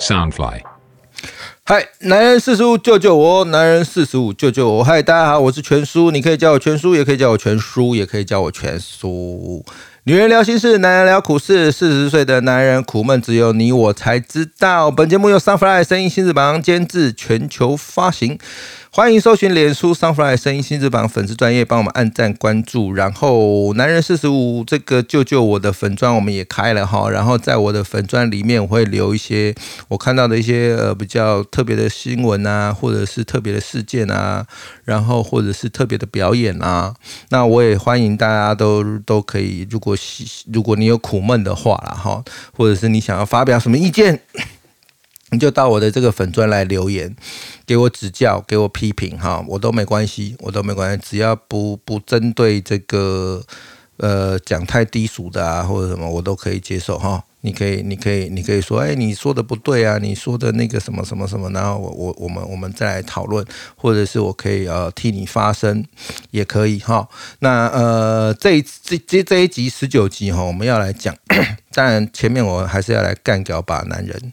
Soundfly。 嗨，男人45救救我，男人45救救我。嗨，大家好，我是全叔，你可以叫我全叔，也可以叫我全叔，也可以叫我全叔。女人聊心事，男人聊苦事，40岁的男人苦闷，只有你我才知道。本节目由 Soundfly 声音新日榜监制，全球发行。欢迎搜寻脸书 Soundfly 声音新日榜粉丝专页，帮我们按赞关注。然后男人45这个救救我的粉专我们也开了哈，然后在我的粉专里面我会留一些我看到的一些比较特别的新闻啊，或者是特别的事件啊，然后或者是特别的表演啊。那我也欢迎大家都可以，如果你有苦闷的话啦哈，或者是你想要发表什么意见，你就到我的这个粉专来留言，给我指教，给我批评哈，我都没关系，只要不针对这个讲太低俗的啊或者什么，我都可以接受哈。你可以说，你说的不对啊，你说的那个什么什么什么，然后我们再来讨论，或者是我可以替你发声，也可以哈。那这一集19集哈，我们要来讲，当然前面我还是要来干掉吧男人。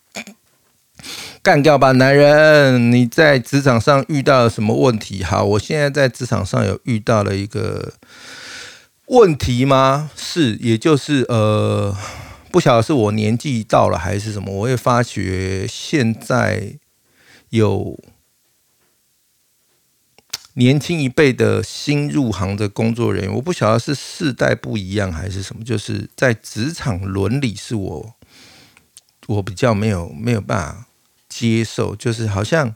干掉吧男人！你在职场上遇到了什么问题？好，我现在在职场上有遇到了一个问题吗？是，也就是不晓得是我年纪到了还是什么，我也发觉现在有年轻一辈的新入行的工作人员，我不晓得是世代不一样还是什么，就是在职场伦理是我比较没有办法接受，就是好像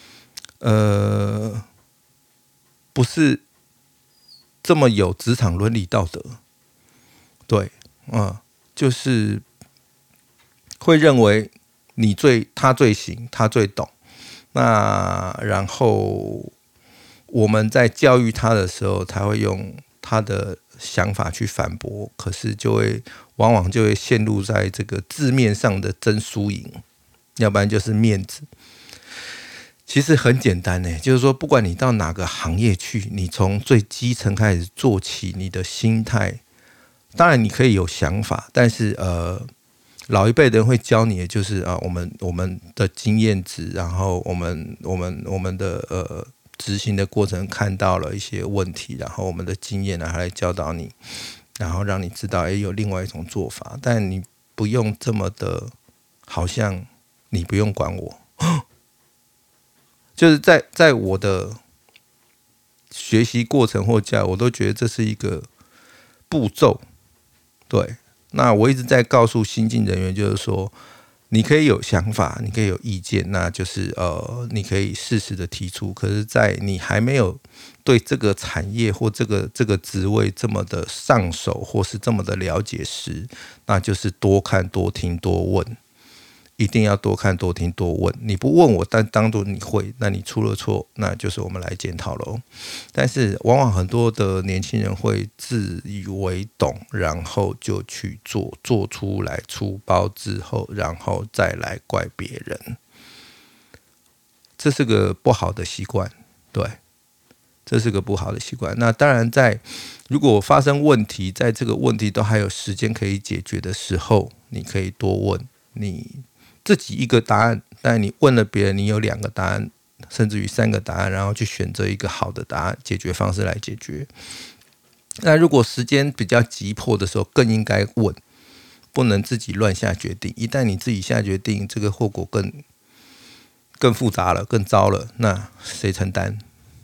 不是这么有职场伦理道德，对，就是会认为他最行，他最懂，那然后我们在教育他的时候，他会用他的想法去反驳，可是往往就会陷入在这个字面上的争输赢，要不然就是面子。其实很简单就是说，不管你到哪个行业去，你从最基层开始做起，你的心态，当然你可以有想法，但是老一辈的人会教你的就是我们的经验值，然后我们的执行的过程看到了一些问题，然后我们的经验来教导你，然后让你知道有另外一种做法，但你不用这么的，好像你不用管我，就是在我的学习过程或教，我都觉得这是一个步骤。对，那我一直在告诉新进人员，就是说，你可以有想法，你可以有意见，那就是你可以适时的提出。可是，在你还没有对这个产业或这个职位这么的上手，或是这么的了解时，那就是多看、多听、多问。一定要多看、多听、多问。你不问我，但当作你会，那你出了错，那就是我们来检讨咯。但是往往很多的年轻人会自以为懂，然后就去做出来出包之后，然后再来怪别人。这是个不好的习惯，对，这是个不好的习惯。那当然如果发生问题，在这个问题都还有时间可以解决的时候，你可以多问。你自己一个答案，但你问了别人，你有2个答案，甚至于3个答案，然后去选择一个好的答案解决方式来解决。那如果时间比较急迫的时候，更应该问，不能自己乱下决定。一旦你自己下决定，这个后果更复杂了，更糟了，那谁承担？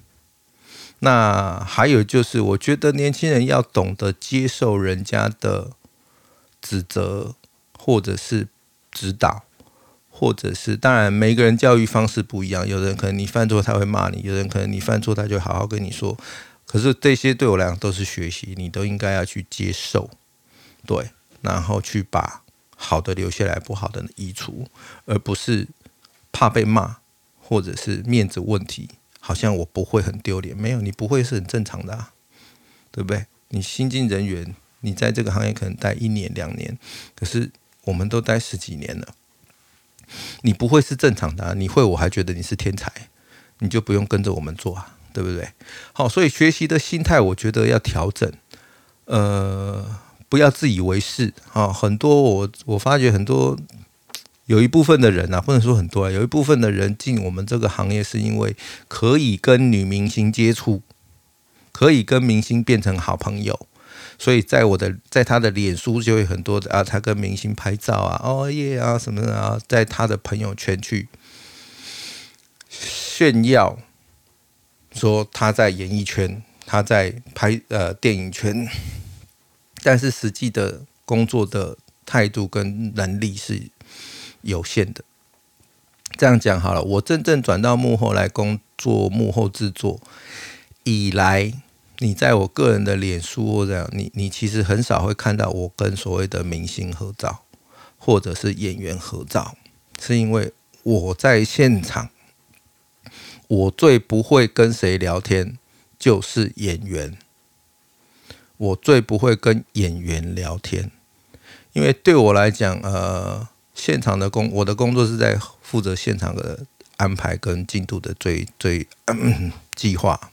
那还有就是，我觉得年轻人要懂得接受人家的指责，或者是指导，或者是当然每个人教育方式不一样，有人可能你犯错他会骂你，有人可能你犯错他就好好跟你说。可是这些对我来讲都是学习，你都应该要去接受，对，然后去把好的留下来，不好的移除，而不是怕被骂，或者是面子问题，好像我不会很丢脸。没有，你不会是很正常的啊，对不对？你新进人员，你在这个行业可能待1年2年，可是我们都待10几年了，你不会是正常的啊，你会我还觉得你是天才，你就不用跟着我们做啊，对不对？好，所以学习的心态我觉得要调整，不要自以为是啊。很多我发觉很多有一部分的人啊，不能说很多啊，有一部分的人进我们这个行业是因为可以跟女明星接触，可以跟明星变成好朋友，所以在他的脸书就会很多的啊，他跟明星拍照啊，哦耶啊什么的啊，在他的朋友圈去炫耀说他在演艺圈，他在电影圈，但是实际的工作的态度跟能力是有限的。这样讲好了，我真正转到幕后来工作幕后制作以来，你在我个人的脸书或者你其实很少会看到我跟所谓的明星合照或者是演员合照，是因为我在现场，我最不会跟谁聊天就是演员，我最不会跟演员聊天，因为对我来讲，现场的我的工作是在负责现场的安排跟进度的计划。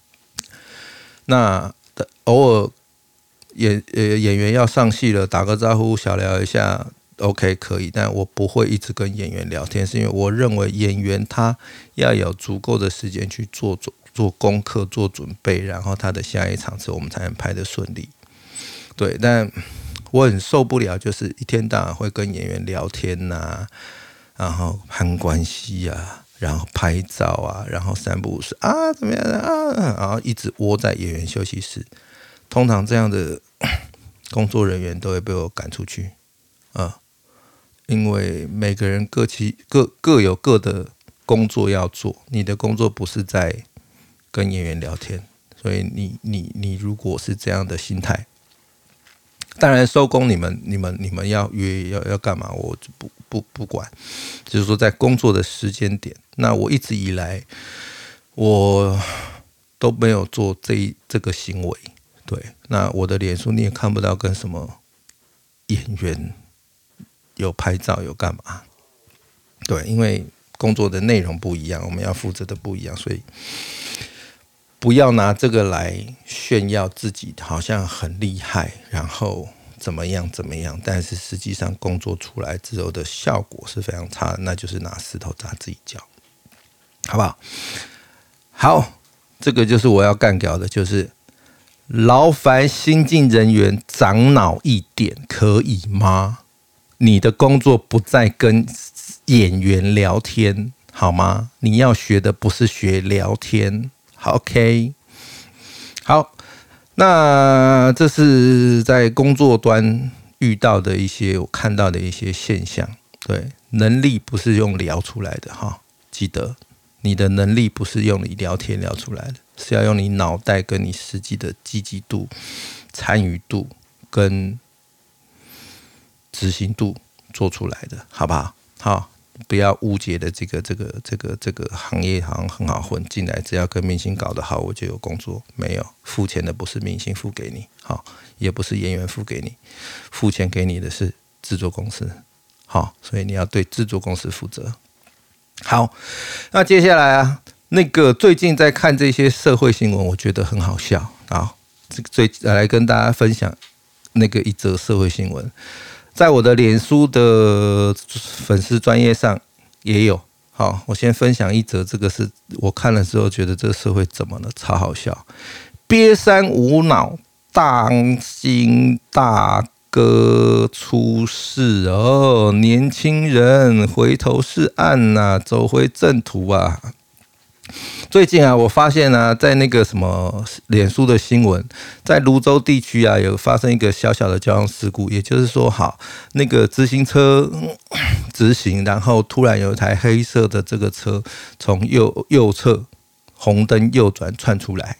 那偶尔演员要上戏了，打个招呼，小聊一下 ，OK 可以，但我不会一直跟演员聊天，是因为我认为演员他要有足够的时间去做功课、做准备，然后他的下一场次我们才能拍得顺利。对，但我很受不了，就是一天到晚会跟演员聊天啊，然后攀关系啊，然后拍照啊，然后三不五时啊怎么样啊，然后一直窝在演员休息室。通常这样的工作人员都会被我赶出去啊，因为每个人各有各的工作要做，你的工作不是在跟演员聊天，所以你如果是这样的心态，当然收工你们要约要干嘛，我就不管，就是说在工作的时间点，那我一直以来我都没有做这个行为。对，那我的脸书你也看不到跟什么演员有拍照有干嘛，对，因为工作的内容不一样，我们要负责的不一样，所以不要拿这个来炫耀自己好像很厉害，然后怎么样，但是实际上工作出来之后的效果是非常差的，那就是拿石头砸自己脚，好不好？好，这个就是我要干掉的，就是劳烦新进人员长脑一点，可以吗？你的工作不再跟演员聊天，好吗？你要学的不是学聊天，好 ，OK？ 好，那这是在工作端遇到的一些我看到的一些现象。对，能力不是用聊出来的哈，记得你的能力不是用你聊天聊出来的，是要用你脑袋跟你实际的积极度、参与度跟执行度做出来的，好不好？好，不要误解的这个行业好像很好混，进来只要跟明星搞得好，我就有工作。没有，付钱的不是明星付给你，好，也不是演员付给你，付钱给你的是制作公司，好，所以你要对制作公司负责。好，那接下来啊，那个最近在看这些社会新闻，我觉得很好笑。好，来跟大家分享那个一则社会新闻，在我的脸书的粉丝专页上也有。好，我先分享一则，这个是我看了之后觉得这个社会怎么了，超好笑。瘪三无脑，当心大哥出事哦！年轻人回头是岸呐，走回正途啊！最近啊，我发现啊，在那个什么脸书的新闻，在泸州地区啊，有发生一个小小的交通事故，也就是说，好，那个直行车直行，然后突然有一台黑色的这个车从右侧红灯右转窜出来，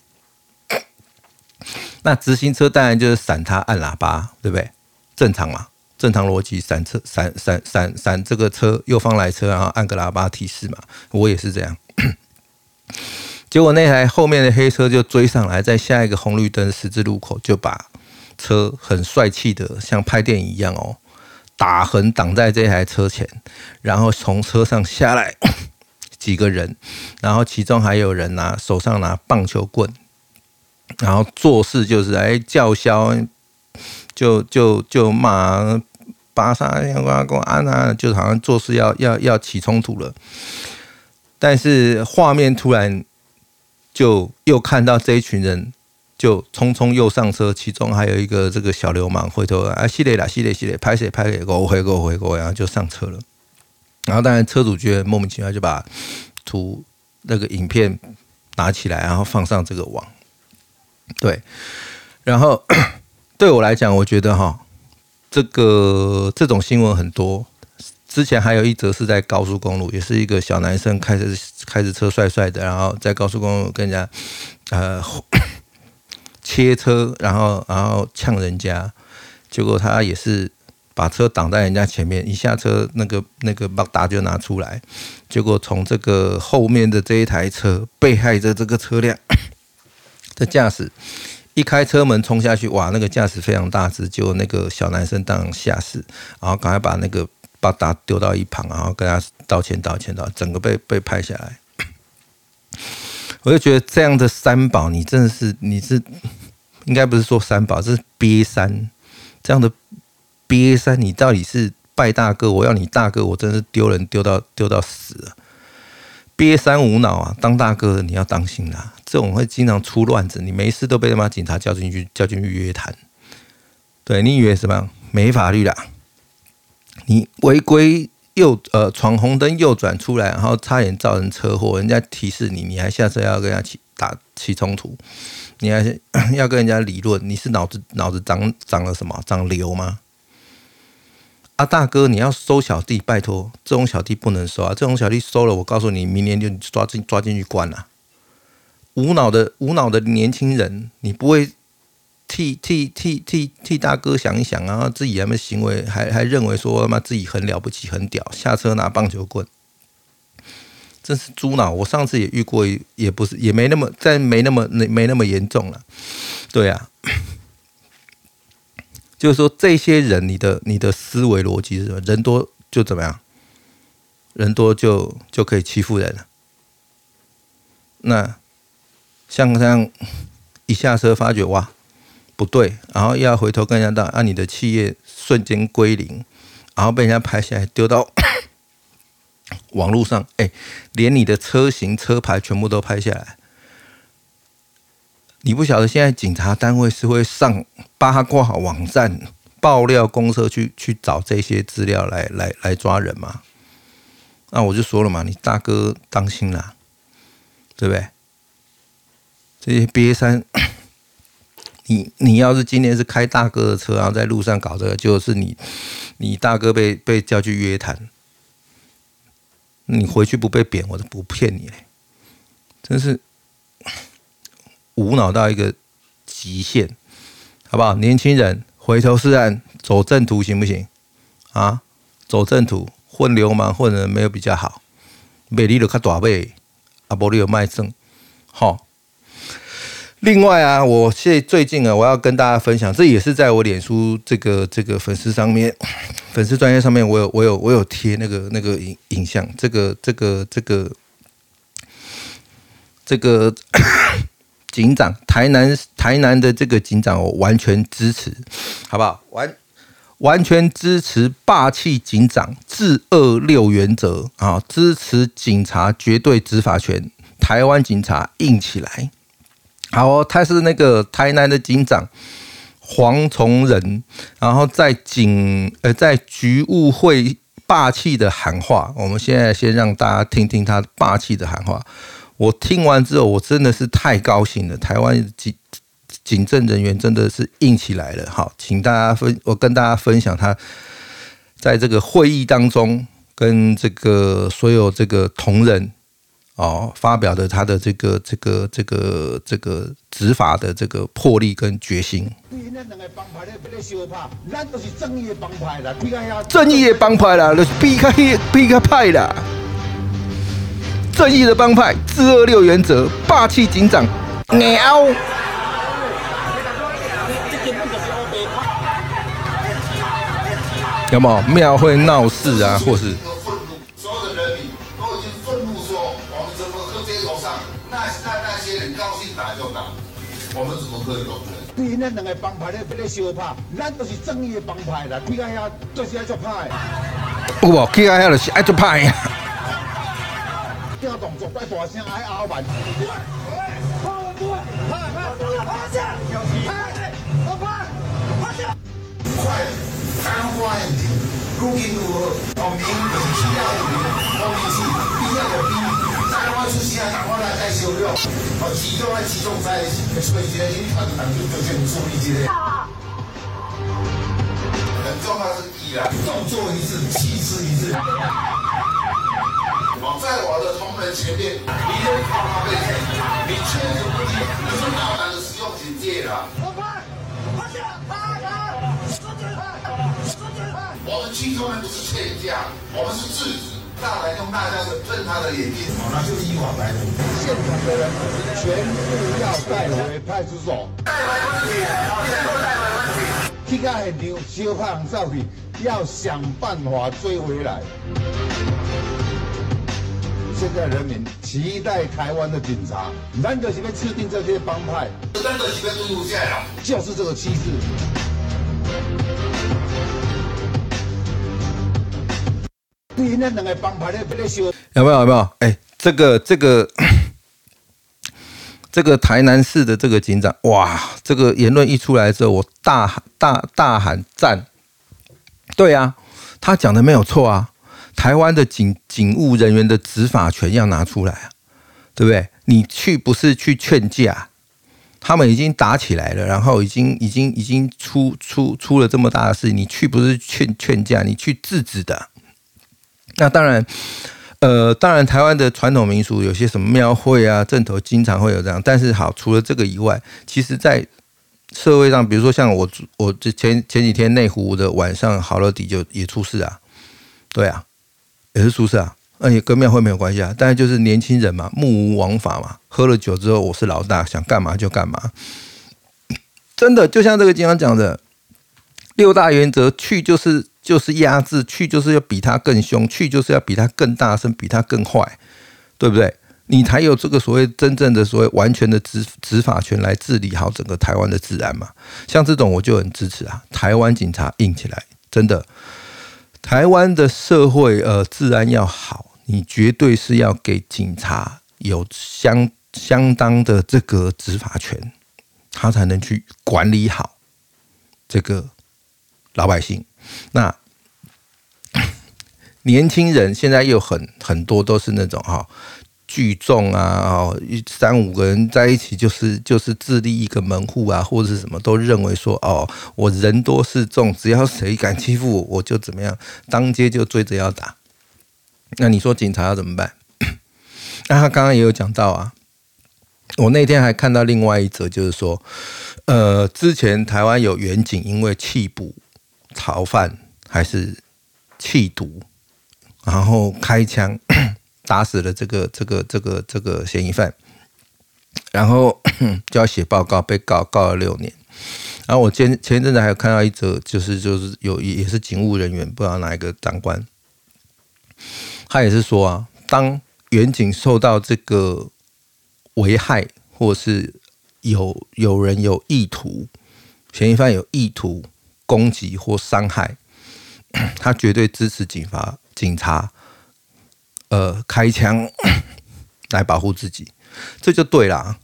那直行车当然就是闪他按喇叭，对不对？正常嘛，正常逻辑，闪这个车右方来车，然后按个喇叭提示嘛，我也是这样。结果那台后面的黑车就追上来，在下一个红绿灯十字路口就把车很帅气的像拍电影一样哦，打横挡在这台车前，然后从车上下来几个人，然后其中还有人手上拿棒球棍，然后做事就是来叫嚣，就骂巴沙跟安啊，就好像做事要起冲突了。但是画面突然就又看到这一群人就匆匆又上车，其中还有一个这个小流氓回头啊，系列啦，系列，拍谁，我回，然后就上车了。然后当然车主觉得莫名其妙，就把那个影片拿起来，然后放上这个网。对，然后对我来讲，我觉得这种新闻很多。之前还有一则是在高速公路，也是一个小男生开着车帅帅的，然后在高速公路跟人家切车，然后呛人家，结果他也是把车挡在人家前面，一下车那个巴达就拿出来，结果从这个后面的这一台车被害者这个车辆的驾驶一开车门冲下去，哇，那个驾驶非常大只，结果那个小男生当然吓死，然后赶快把那个巴达丢到一旁，然后跟他道歉，整个被拍下来。我就觉得这样的三宝，你真的是应该不是说三宝，这是瘪三。这样的瘪三，你到底是拜大哥？我要你大哥，我真的是丢人丢到死了。瘪三无脑啊！当大哥的你要当心啦，这种会经常出乱子，你没事都被他妈警察叫进去约谈。对，你以为什么样？没法律啦！你违规闯红灯右转出来，然后差点造成车祸，人家提示你，你还下车要跟人家起冲突，你还要跟人家理论，你是脑子长了什么？长瘤吗？啊，大哥，你要收小弟，拜托，这种小弟不能收啊！这种小弟收了，我告诉你，明年就抓进去关了。无脑的年轻人，你不会替大哥想一想，然后自己还没行为，还认为说他妈自己很了不起、很屌，下车拿棒球棍，真是猪脑！我上次也遇过，也不是，也没那么严重了。对啊。就是说，这些人，你的思维逻辑是什么？人多就怎么样？人多就可以欺负人了。那像这样一下车发觉哇不对，然后要回头跟人家道，你的企业瞬间归零，然后被人家拍下来丢到网络上，连你的车型车牌全部都拍下来。你不晓得现在警察单位是会上八卦网站爆料公社去找这些资料来抓人吗？那我就说了嘛，你大哥当心啦，对不对？这些瘪三，你要是今天是开大哥的车，然后在路上搞这个，就是你大哥被叫去约谈，你回去不被扁，我都不骗你嘞，真是。无脑到一个极限，好不好？年轻人回头是岸，走正途行不行？啊，走正途，混流氓混人没有比较好，卖你就较大尾，啊，无你就卖正，好。另外啊，我最近啊，我要跟大家分享，这也是在我脸书这个粉丝上面，粉丝专页上面，我有贴那个影像，这个。警长，台南的这个警长，我完全支持，好不好？完全支持霸气警长治恶六原则啊！支持警察绝对执法权，台湾警察硬起来！好哦，他是那个台南的警长黄崇仁，然后在局务会霸气的喊话，我们现在先让大家听听他霸气的喊话。我听完之后，我真的是太高兴了。台湾警政人员真的是硬起来了。好，请大家我跟大家分享他在这个会议当中跟这个所有这个同仁发表的他的这个执法的这个魄力跟决心。正义的帮派啦，就是避开派啦。正义的帮派，治恶六原则，霸气警长，喵！有没有庙会闹事啊，或是？ 所有的人民都已经愤怒说，我们怎么在街头上，那些人高兴打就打，我们怎么可以容忍？ 咱两个帮派咧要咧相拍，咱都是正义的帮派啦，去到遐都是爱做派。 有无？去到遐就是爱做歹呀。 这个动作爱大声，爱拗慢。快，台湾花现场，如今如何？民就是需要民是必要的兵。台湾出现台湾来开销量，集中在集中在，所以现在你看，就是注意这个。很重要是一啦，动作一致，气势一致。在我的同仁前面，你又靠他背前，你确实不行，你是大胆的使用警戒了。我们驱逐人不是劝架，我们是制止。大胆用大家的瞪他的眼睛，那就依法来处。现场的人全部要带回派出所。带回问题，全部带回问题。去到现场，小派人走去，要想办法追回来。现在人民期待台湾的警察，咱就是要制定这些帮派，咱就是要对付下来，就是这个气势。对，那两个帮派咧修， 有没有？哎，这个台南市的这个警长，哇，这个言论一出来之后，我大喊赞。对啊，他讲的没有错啊。台湾的警务人员的执法权要拿出来啊，对不对？你去不是去劝架，他们已经打起来了，然后已经出了这么大的事，你去不是劝架，你去制止的。那当然，台湾的传统民俗有些什么庙会啊、阵头经常会有这样，但是好，除了这个以外，其实在社会上，比如说像我前几天内湖的晚上好乐迪就也出事啊，对啊。也是出事啊，而且跟庙会没有关系啊。但是就是年轻人嘛，目无王法嘛，喝了酒之后我是老大，想干嘛就干嘛。真的就像这个经常讲的6大原则，去就是压制，去就是要比他更凶，去就是要比他更大声，比他更坏，对不对？你才有这个所谓真正的所谓完全的执法权来治理好整个台湾的治安嘛。像这种我就很支持啊，台湾警察硬起来，真的。台湾的社会治安要好，你绝对是要给警察有相当的这个执法权，他才能去管理好这个老百姓。那年轻人现在又很多都是那种聚众啊，3-5个人在一起就是自立一个门户啊，或者是什么都认为说我人多势众，只要谁敢欺负我，我就怎么样，当街就追着要打。那你说警察要怎么办？那他刚刚也有讲到啊，我那天还看到另外一则，就是说，之前台湾有员警因为弃捕逃犯还是弃毒，然后开枪。打死了这个嫌疑犯，然后就要写报告，被告了6年。然后我前一阵子还有看到一则，就是也是警务人员，不知道哪一个长官，他也是说啊，当员警受到这个危害，或是有人有意图，嫌疑犯有意图攻击或伤害，他绝对支持警察。开枪来保护自己，这就对啦。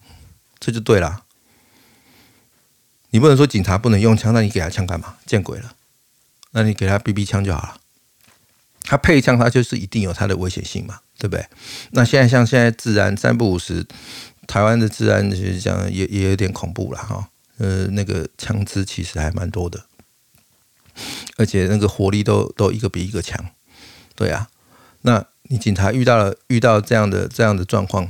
你不能说警察不能用枪，那你给他枪干嘛？见鬼了！那你给他 BB 枪就好了。他配枪，他就是一定有他的危险性嘛，对不对？那现在治安3不5时，台湾的治安其实讲也有点恐怖了哈。那个枪支其实还蛮多的，而且那个火力都一个比一个强。对啊，那你警察遇到这样的状况，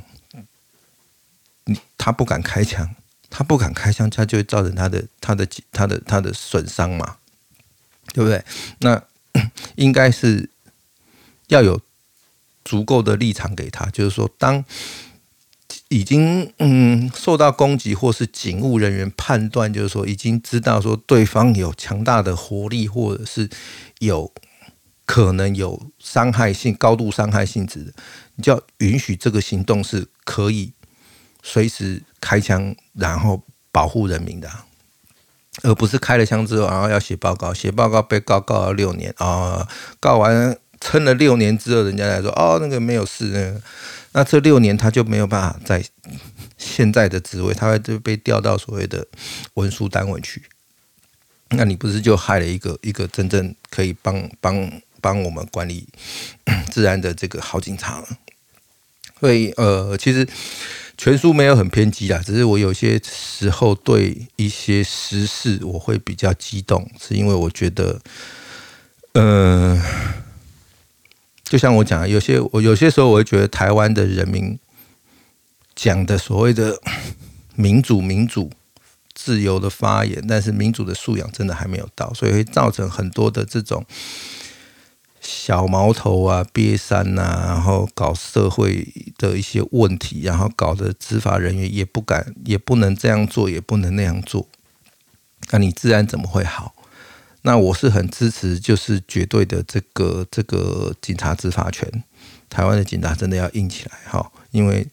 他不敢开枪，他就会造成他的损伤嘛，对不对？那应该是要有足够的立场给他，就是说，当已经受到攻击，或是警务人员判断，就是说已经知道说对方有强大的火力，或者是可能有伤害性、高度伤害性质的，你就要允许这个行动是可以随时开枪，然后保护人民的。 而不是开了枪之后，然后要写报告，写报告被告了6年啊，告完撑了6年之后，人家来说那个没有事，那这6年他就没有办法在现在的职位，他会就被调到所谓的文书单位去。那你不是就害了一个真正可以帮我们管理治安的这个好警察了？所以其实全书没有很偏激啦，只是我有些时候对一些时事我会比较激动，是因为我觉得就像我讲的，有些时候我会觉得台湾的人民讲的所谓的民主自由的发言，但是民主的素养真的还没有到，所以会造成很多的这种小毛头啊、瘪三啊，然后搞社会的一些问题，然后搞得执法人员也不敢、也不能这样做，也不能那样做，那你治安怎么会好？那我是很支持，就是绝对的这个警察执法权，台湾的警察真的要硬起来哈，因为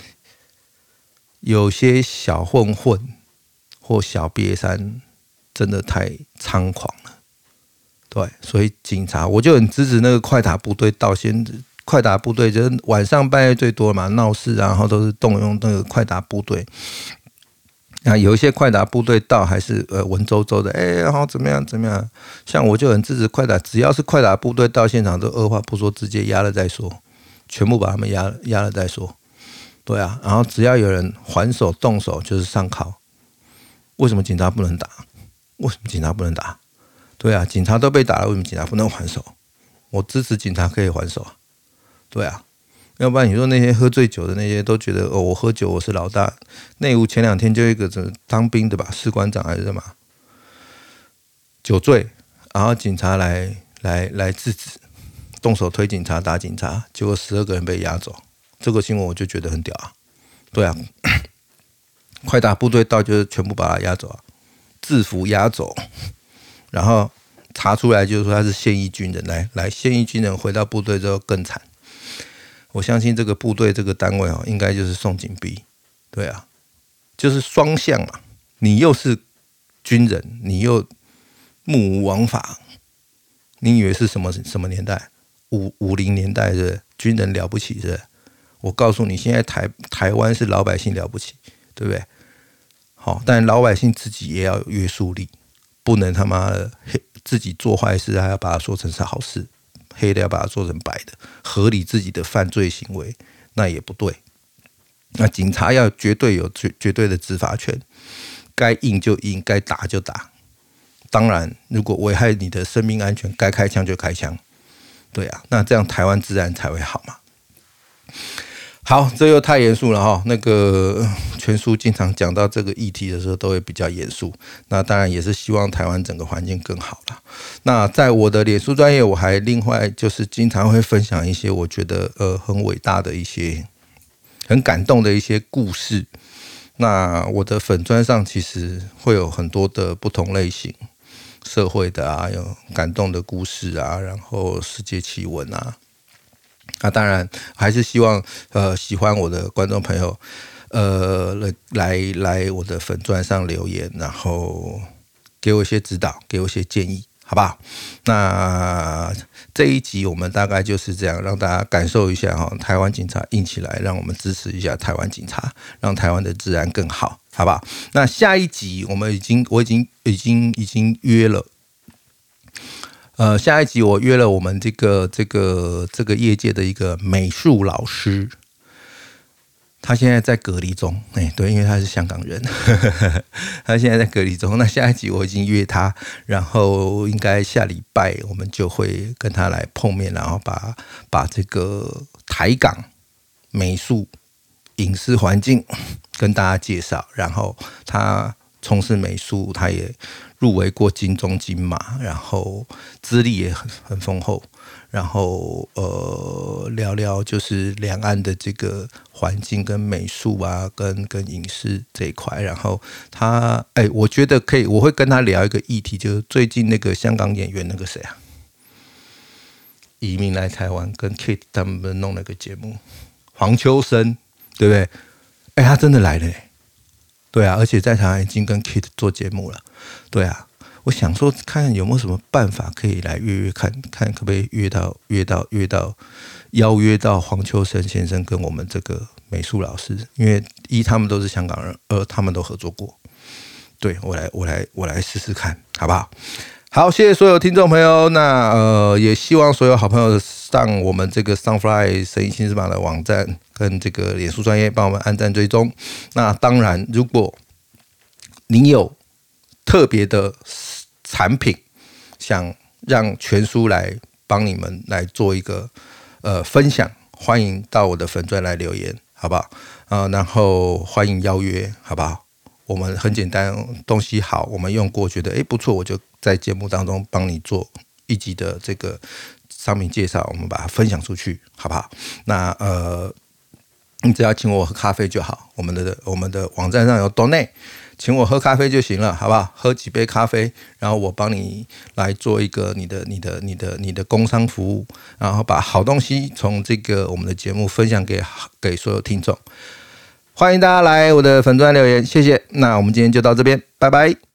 有些小混混或小瘪三真的太猖狂了。对，所以警察我就很支持那个快打部队到快打部队就是晚上半夜最多嘛，闹事然后都是动用那个快打部队。那有一些快打部队到还是文绉绉的，然后怎么样，像我就很支持快打，只要是快打部队到现场都二话不说，直接压了再说，全部把他们压了再说。对啊，然后只要有人还手动手就是上铐。为什么警察不能打？为什么警察不能打？对啊，警察都被打了，为什么警察不能还手？我支持警察可以还手啊。对啊，要不然你说那些喝醉酒的那些都觉得我喝酒我是老大。内务前2天就一个当兵的吧，士官长还是什么酒醉，然后警察来制止，动手推警察打警察，结果12个人被押走。这个新闻我就觉得很屌啊。对啊，快打部队到就是全部把他押走啊，制服押走，然后查出来就是说他是现役军人，来现役军人回到部队之后更惨。我相信这个部队这个单位应该就是送警逼。对啊，就是双向嘛，你又是军人，你又目无王法，你以为是什么年代？50年代是不是？军人了不起是不是？我告诉你，现在台湾是老百姓了不起，对不对？好，但老百姓自己也要有约束力，不能他妈的自己做坏事还要把它说成是好事，黑的要把它做成白的，合理自己的犯罪行为，那也不对。那警察要绝对有绝对的执法权，该硬就硬，该打就打。当然，如果危害你的生命安全，该开枪就开枪。对啊，那这样台湾治安才会好嘛。好，这又太严肃了哈。那个全书经常讲到这个议题的时候，都会比较严肃。那当然也是希望台湾整个环境更好啦。那在我的脸书专页，我还另外就是经常会分享一些我觉得很伟大的一些、很感动的一些故事。那我的粉专上其实会有很多的不同类型，社会的啊，有感动的故事啊，然后世界奇闻啊。那当然还是希望喜欢我的观众朋友来我的粉专上留言，然后给我一些指导，给我一些建议，好不好？那这一集我们大概就是这样，让大家感受一下台湾警察硬起来，让我们支持一下台湾警察，让台湾的治安更好，好不好？那下一集我已经约了。下一集我约了我们这个业界的一个美术老师，他现在在隔离中，对，因为他是香港人，他现在在隔离中。那下一集我已经约他，然后应该下礼拜我们就会跟他来碰面，然后把这个台港美术影视环境跟大家介绍，然后他从事美术，他也入围过金钟金马，然后资历也很丰厚，然后聊聊就是两岸的这个环境跟美术啊，跟影视这一块。然后他我觉得可以，我会跟他聊一个议题，就是最近那个香港演员那个谁啊，移民来台湾跟 Kate 他们弄那个节目，黄秋生，对不对？他真的来了对啊，而且在台湾已经跟 Kit 做节目了，对啊，我想说看看有没有什么办法可以来约看看可不可以邀约到黄秋生先生跟我们这个美术老师，因为他们都是香港人，他们都合作过。对，我来试试看，好不好？好，谢谢所有听众朋友。那也希望所有好朋友上我们这个 Sunfly 生意新翅膀的网站跟这个脸书专页帮我们按赞追踪。那当然，如果你有特别的产品，想让全书来帮你们来做一个分享，欢迎到我的粉专来留言，好不好？然后欢迎邀约，好不好？我们很简单，东西好，我们用过，觉得不错，我就在节目当中帮你做一集的这个商品介绍，我们把它分享出去，好不好？那你只要请我喝咖啡就好，我们的网站上有 donate， 请我喝咖啡就行了，好不好？喝几杯咖啡，然后我帮你来做一个你的工商服务，然后把好东西从这个我们的节目分享给所有听众。欢迎大家来我的粉专留言，谢谢。那我们今天就到这边，拜拜。